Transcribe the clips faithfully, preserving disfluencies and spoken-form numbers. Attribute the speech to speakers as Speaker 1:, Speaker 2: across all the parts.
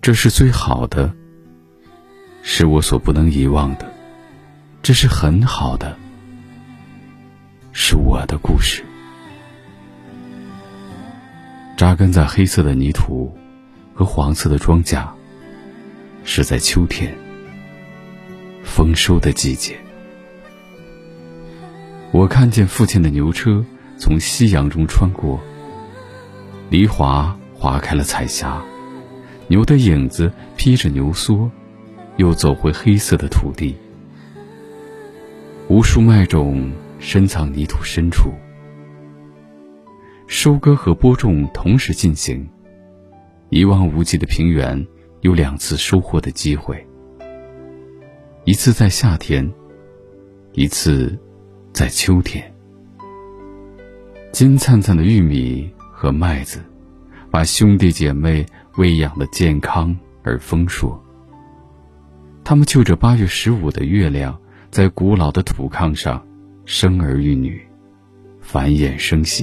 Speaker 1: 这是最好的，是我所不能遗忘的，这是很好的，是我的故事。扎根在黑色的泥土和黄色的庄稼，是在秋天丰收的季节。我看见父亲的牛车从夕阳中穿过，梨花划开了彩霞，牛的影子披着牛蓑，又走回黑色的土地。无数麦种深藏泥土深处，收割和播种同时进行，一望无际的平原有两次收获的机会，一次在夏天，一次在秋天。金灿灿的玉米和麦子把兄弟姐妹喂养得健康而丰硕，他们就着八月十五的月亮，在古老的土炕上生儿育女，繁衍生息。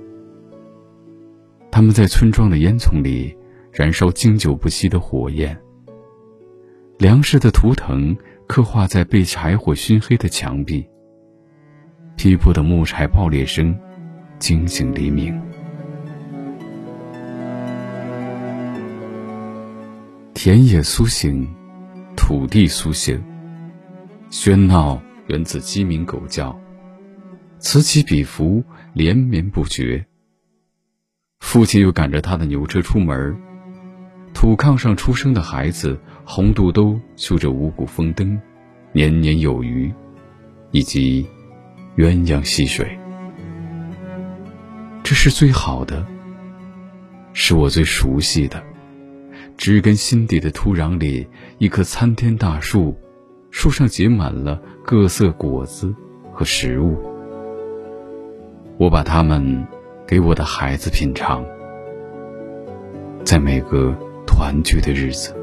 Speaker 1: 他们在村庄的烟囱里燃烧经久不息的火焰，粮食的图腾刻画在被柴火熏黑的墙壁，劈破的木柴爆裂声惊醒黎明。田野苏醒，土地苏醒，喧闹源自鸡鸣狗叫，此起彼伏，连绵不绝。父亲又赶着他的牛车出门，土炕上出生的孩子红肚兜绣着五谷丰登，年年有余，以及鸳鸯戏水。这是最好的，是我最熟悉的。植根心底的土壤里，一棵参天大树，树上结满了各色果子和食物。我把它们给我的孩子品尝，在每个团聚的日子。